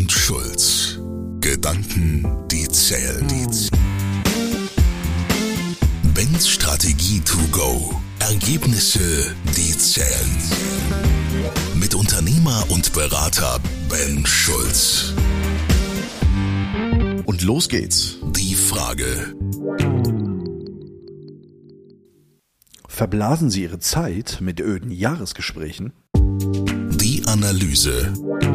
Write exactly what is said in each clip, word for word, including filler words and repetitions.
und Schulz. Gedanken, die zählen. Ben's Strategie to go. Ergebnisse, die zählen. Mit Unternehmer und Berater Ben Schulz. Und los geht's. Die Frage. Verblasen Sie Ihre Zeit mit öden Jahresgesprächen? Die Analyse.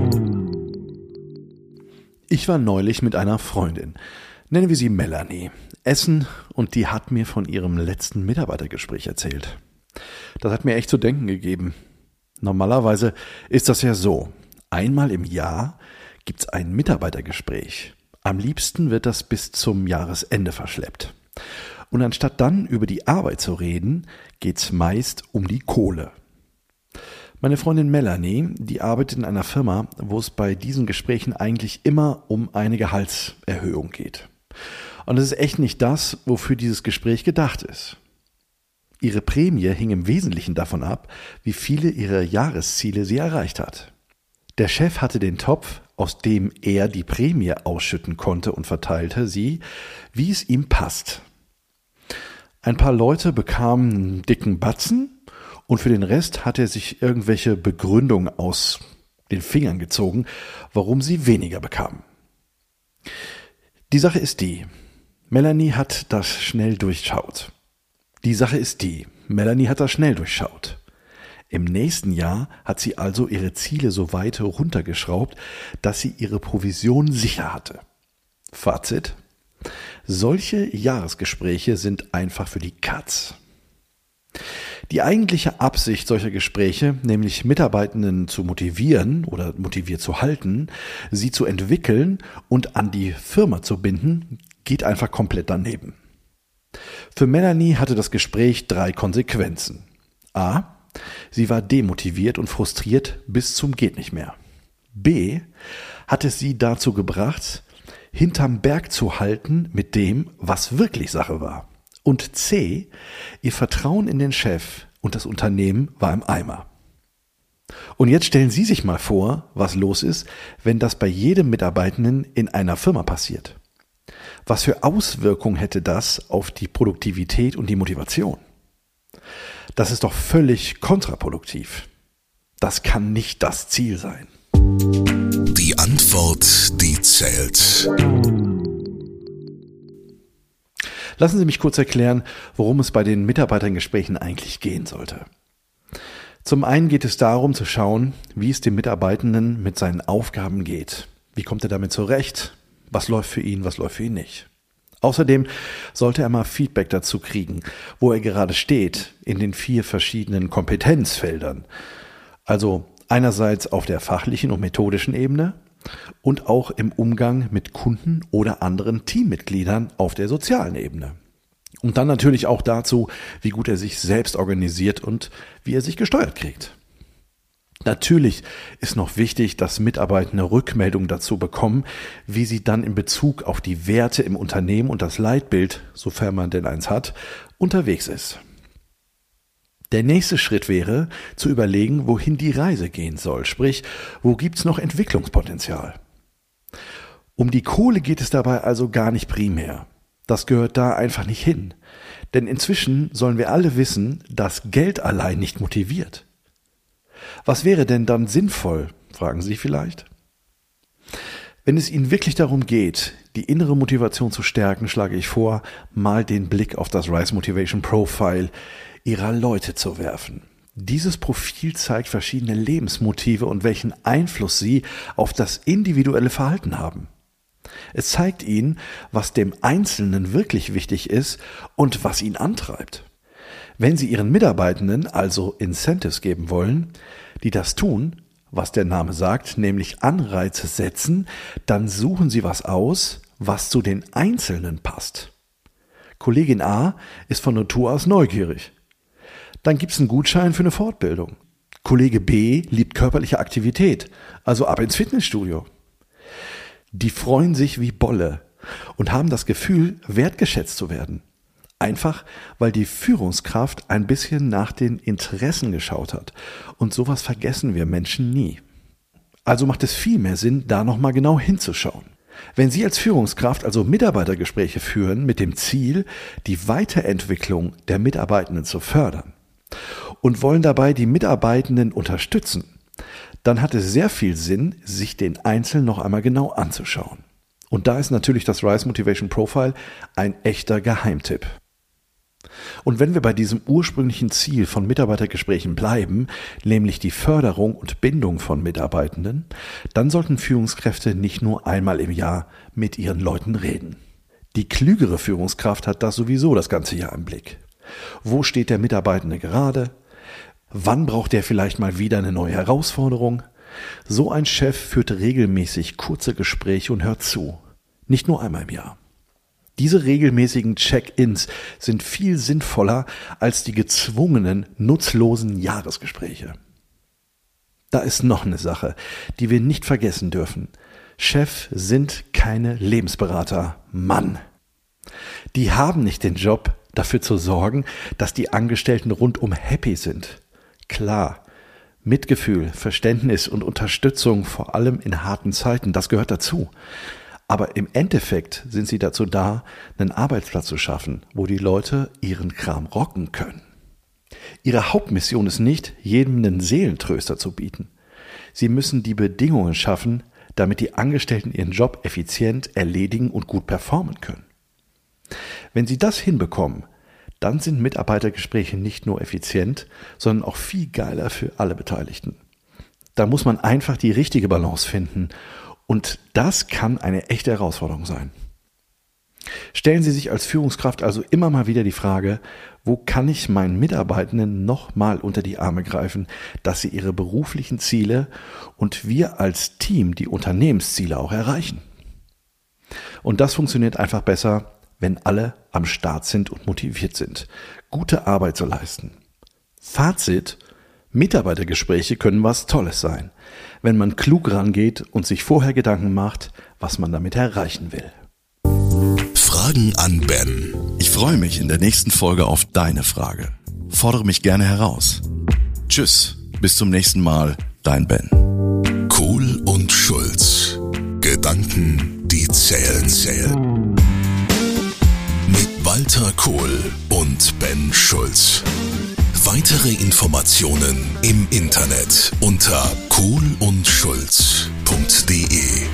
Ich war neulich mit einer Freundin, nennen wir sie Melanie, essen und die hat mir von ihrem letzten Mitarbeitergespräch erzählt. Das hat mir echt zu denken gegeben. Normalerweise ist das ja so, einmal im Jahr gibt's ein Mitarbeitergespräch. Am liebsten wird das bis zum Jahresende verschleppt. Und anstatt dann über die Arbeit zu reden, geht's meist um die Kohle. Meine Freundin Melanie, die arbeitet in einer Firma, wo es bei diesen Gesprächen eigentlich immer um eine Gehaltserhöhung geht. Und es ist echt nicht das, wofür dieses Gespräch gedacht ist. Ihre Prämie hing im Wesentlichen davon ab, wie viele ihrer Jahresziele sie erreicht hat. Der Chef hatte den Topf, aus dem er die Prämie ausschütten konnte und verteilte sie, wie es ihm passt. Ein paar Leute bekamen einen dicken Batzen und für den Rest hat er sich irgendwelche Begründungen aus den Fingern gezogen, warum sie weniger bekamen. Die Sache ist die, Melanie hat das schnell durchschaut. Die Sache ist die, Melanie hat das schnell durchschaut. Im nächsten Jahr hat sie also ihre Ziele so weit runtergeschraubt, dass sie ihre Provision sicher hatte. Fazit: Solche Jahresgespräche sind einfach für die Katz. Die eigentliche Absicht solcher Gespräche, nämlich Mitarbeitenden zu motivieren oder motiviert zu halten, sie zu entwickeln und an die Firma zu binden, geht einfach komplett daneben. Für Melanie hatte das Gespräch drei Konsequenzen. A. Sie war demotiviert und frustriert bis zum geht nicht mehr. B. Hat es sie dazu gebracht, hinterm Berg zu halten mit dem, was wirklich Sache war. Und C. Ihr Vertrauen in den Chef und das Unternehmen war im Eimer. Und jetzt stellen Sie sich mal vor, was los ist, wenn das bei jedem Mitarbeitenden in einer Firma passiert. Was für Auswirkungen hätte das auf die Produktivität und die Motivation? Das ist doch völlig kontraproduktiv. Das kann nicht das Ziel sein. Die Antwort, die zählt. Lassen Sie mich kurz erklären, worum es bei den Mitarbeitergesprächen eigentlich gehen sollte. Zum einen geht es darum zu schauen, wie es dem Mitarbeitenden mit seinen Aufgaben geht. Wie kommt er damit zurecht? Was läuft für ihn, was läuft für ihn nicht? Außerdem sollte er mal Feedback dazu kriegen, wo er gerade steht in den vier verschiedenen Kompetenzfeldern. Also einerseits auf der fachlichen und methodischen Ebene und auch im Umgang mit Kunden oder anderen Teammitgliedern auf der sozialen Ebene. Und dann natürlich auch dazu, wie gut er sich selbst organisiert und wie er sich gesteuert kriegt. Natürlich ist noch wichtig, dass Mitarbeitende Rückmeldung dazu bekommen, wie sie dann in Bezug auf die Werte im Unternehmen und das Leitbild, sofern man denn eins hat, unterwegs ist. Der nächste Schritt wäre, zu überlegen, wohin die Reise gehen soll, sprich, wo gibt's noch Entwicklungspotenzial? Um die Kohle geht es dabei also gar nicht primär. Das gehört da einfach nicht hin. Denn inzwischen sollen wir alle wissen, dass Geld allein nicht motiviert. Was wäre denn dann sinnvoll, fragen Sie vielleicht? Wenn es Ihnen wirklich darum geht, die innere Motivation zu stärken, schlage ich vor, mal den Blick auf das Rise Motivation Profile Ihrer Leute zu werfen. Dieses Profil zeigt verschiedene Lebensmotive und welchen Einfluss sie auf das individuelle Verhalten haben. Es zeigt Ihnen, was dem Einzelnen wirklich wichtig ist und was ihn antreibt. Wenn Sie Ihren Mitarbeitenden also Incentives geben wollen, die das tun, was der Name sagt, nämlich Anreize setzen, dann suchen Sie was aus, was zu den Einzelnen passt. Kollegin A ist von Natur aus neugierig. Dann gibt's einen Gutschein für eine Fortbildung. Kollege B liebt körperliche Aktivität, also ab ins Fitnessstudio. Die freuen sich wie Bolle und haben das Gefühl, wertgeschätzt zu werden. Einfach, weil die Führungskraft ein bisschen nach den Interessen geschaut hat. Und sowas vergessen wir Menschen nie. Also macht es viel mehr Sinn, da nochmal genau hinzuschauen. Wenn Sie als Führungskraft also Mitarbeitergespräche führen mit dem Ziel, die Weiterentwicklung der Mitarbeitenden zu fördern und wollen dabei die Mitarbeitenden unterstützen, dann hat es sehr viel Sinn, sich den Einzelnen noch einmal genau anzuschauen. Und da ist natürlich das Rise Motivation Profile ein echter Geheimtipp. Und wenn wir bei diesem ursprünglichen Ziel von Mitarbeitergesprächen bleiben, nämlich die Förderung und Bindung von Mitarbeitenden, dann sollten Führungskräfte nicht nur einmal im Jahr mit ihren Leuten reden. Die klügere Führungskraft hat das sowieso das ganze Jahr im Blick. Wo steht der Mitarbeitende gerade? Wann braucht er vielleicht mal wieder eine neue Herausforderung? So ein Chef führt regelmäßig kurze Gespräche und hört zu. Nicht nur einmal im Jahr. Diese regelmäßigen Check-ins sind viel sinnvoller als die gezwungenen, nutzlosen Jahresgespräche. Da ist noch eine Sache, die wir nicht vergessen dürfen. Chefs sind keine Lebensberater, Mann. Die haben nicht den Job, dafür zu sorgen, dass die Angestellten rundum happy sind. Klar, Mitgefühl, Verständnis und Unterstützung, vor allem in harten Zeiten, das gehört dazu. Aber im Endeffekt sind sie dazu da, einen Arbeitsplatz zu schaffen, wo die Leute ihren Kram rocken können. Ihre Hauptmission ist nicht, jedem einen Seelentröster zu bieten. Sie müssen die Bedingungen schaffen, damit die Angestellten ihren Job effizient erledigen und gut performen können. Wenn sie das hinbekommen, dann sind Mitarbeitergespräche nicht nur effizient, sondern auch viel geiler für alle Beteiligten. Da muss man einfach die richtige Balance finden. Und das kann eine echte Herausforderung sein. Stellen Sie sich als Führungskraft also immer mal wieder die Frage, wo kann ich meinen Mitarbeitenden nochmal unter die Arme greifen, dass sie ihre beruflichen Ziele und wir als Team die Unternehmensziele auch erreichen. Und das funktioniert einfach besser, wenn alle am Start sind und motiviert sind, gute Arbeit zu leisten. Fazit: Mitarbeitergespräche können was Tolles sein, wenn man klug rangeht und sich vorher Gedanken macht, was man damit erreichen will. Fragen an Ben. Ich freue mich in der nächsten Folge auf deine Frage. Fordere mich gerne heraus. Tschüss, bis zum nächsten Mal, dein Ben. Kohl und Schulz. Gedanken, die zählen, zählen. Mit Walter Kohl und Ben Schulz. Weitere Informationen im Internet unter kohl und schulz punkt de.